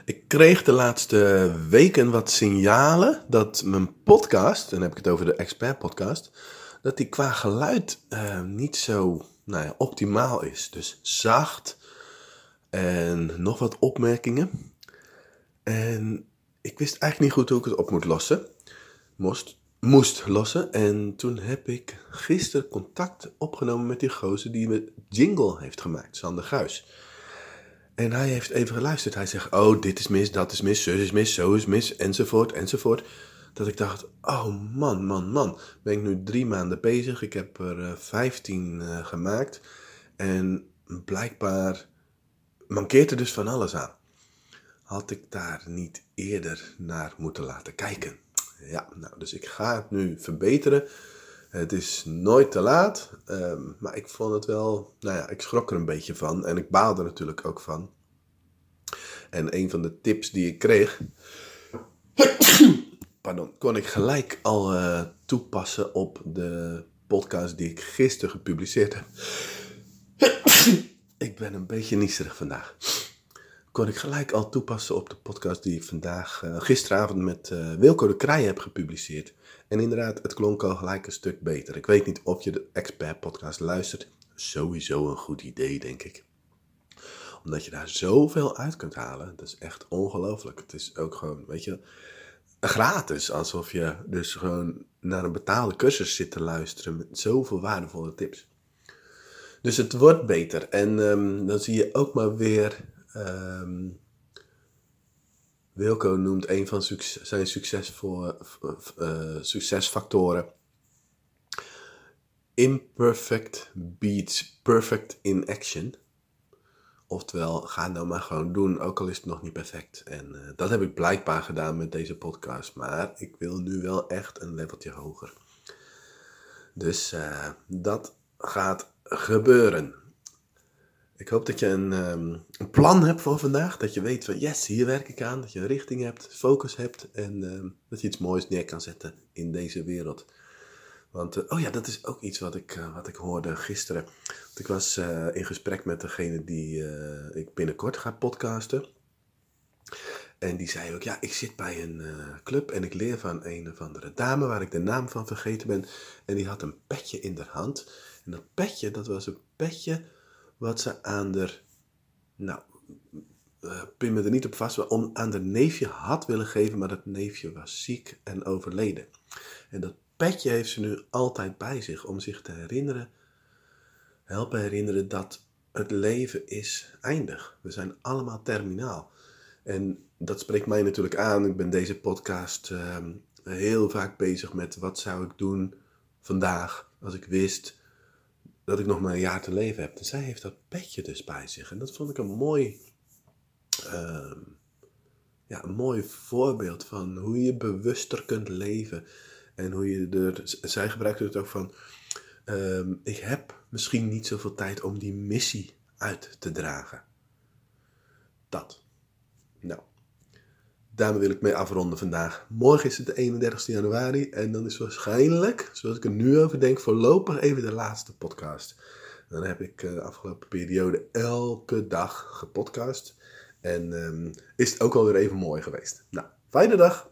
Ik kreeg de laatste weken wat signalen dat mijn podcast, en dan heb ik het over de Expert podcast, dat die qua geluid niet zo optimaal is. Dus zacht en nog wat opmerkingen. En ik wist eigenlijk niet goed hoe ik het op moest lossen. En toen heb ik gisteren contact opgenomen met die gozer die mijn jingle heeft gemaakt, Sander Guis. En hij heeft even geluisterd. Hij zegt, oh, dit is mis, dat is mis, zus is mis, zo is mis, enzovoort, enzovoort. Dat ik dacht, oh man. Ben ik nu 3 maanden bezig. Ik heb er 15 gemaakt. En blijkbaar mankeert er dus van alles aan. Had ik daar niet eerder naar moeten laten kijken? Ja, dus ik ga het nu verbeteren. Het is nooit te laat, maar ik vond het wel, ik schrok er een beetje van en ik baal er natuurlijk ook van. En een van de tips die ik kreeg, kon ik gelijk al toepassen op de podcast die ik gisteren gepubliceerd heb. Ik ben een beetje niezerig vandaag. Kon ik gelijk al toepassen op de podcast die ik gisteravond met Wilco de Krij heb gepubliceerd. En inderdaad, het klonk al gelijk een stuk beter. Ik weet niet of je de Expert podcast luistert. Sowieso een goed idee, denk ik. Omdat je daar zoveel uit kunt halen. Dat is echt ongelooflijk. Het is ook gewoon, gratis. Alsof je dus gewoon naar een betaalde cursus zit te luisteren met zoveel waardevolle tips. Dus het wordt beter. En dan zie je ook maar weer... Wilco noemt een van zijn succesfactoren imperfect beats perfect in action. Oftewel, ga nou maar gewoon doen, ook al is het nog niet perfect. En dat heb ik blijkbaar gedaan met deze podcast, maar ik wil nu wel echt een leveltje hoger. Dus dat gaat gebeuren. Ik hoop dat je een plan hebt voor vandaag. Dat je weet van yes, hier werk ik aan. Dat je een richting hebt, focus hebt. En dat je iets moois neer kan zetten in deze wereld. Want dat is ook iets wat ik hoorde gisteren. Want ik was in gesprek met degene die ik binnenkort ga podcasten. En die zei ook, ik zit bij een club en ik leer van een of andere dame waar ik de naam van vergeten ben. En die had een petje in haar hand. En dat petje, dat was een petje... wat ze aan haar, pin me er niet op vast, maar aan haar neefje had willen geven, maar dat neefje was ziek en overleden. En dat petje heeft ze nu altijd bij zich, om zich te helpen herinneren dat het leven is eindig. We zijn allemaal terminaal. En dat spreekt mij natuurlijk aan. Ik ben deze podcast heel vaak bezig met wat zou ik doen vandaag als ik wist... dat ik nog maar een jaar te leven heb. En zij heeft dat petje dus bij zich. En dat vond ik een mooi voorbeeld van hoe je bewuster kunt leven. En hoe je zij gebruikt het ook van... ik heb misschien niet zoveel tijd om die missie uit te dragen. Dat. Daarmee wil ik mee afronden vandaag. Morgen is het de 31ste januari. En dan is waarschijnlijk, zoals ik er nu over denk, voorlopig even de laatste podcast. Dan heb ik de afgelopen periode elke dag gepodcast. En is het ook alweer even mooi geweest. Fijne dag!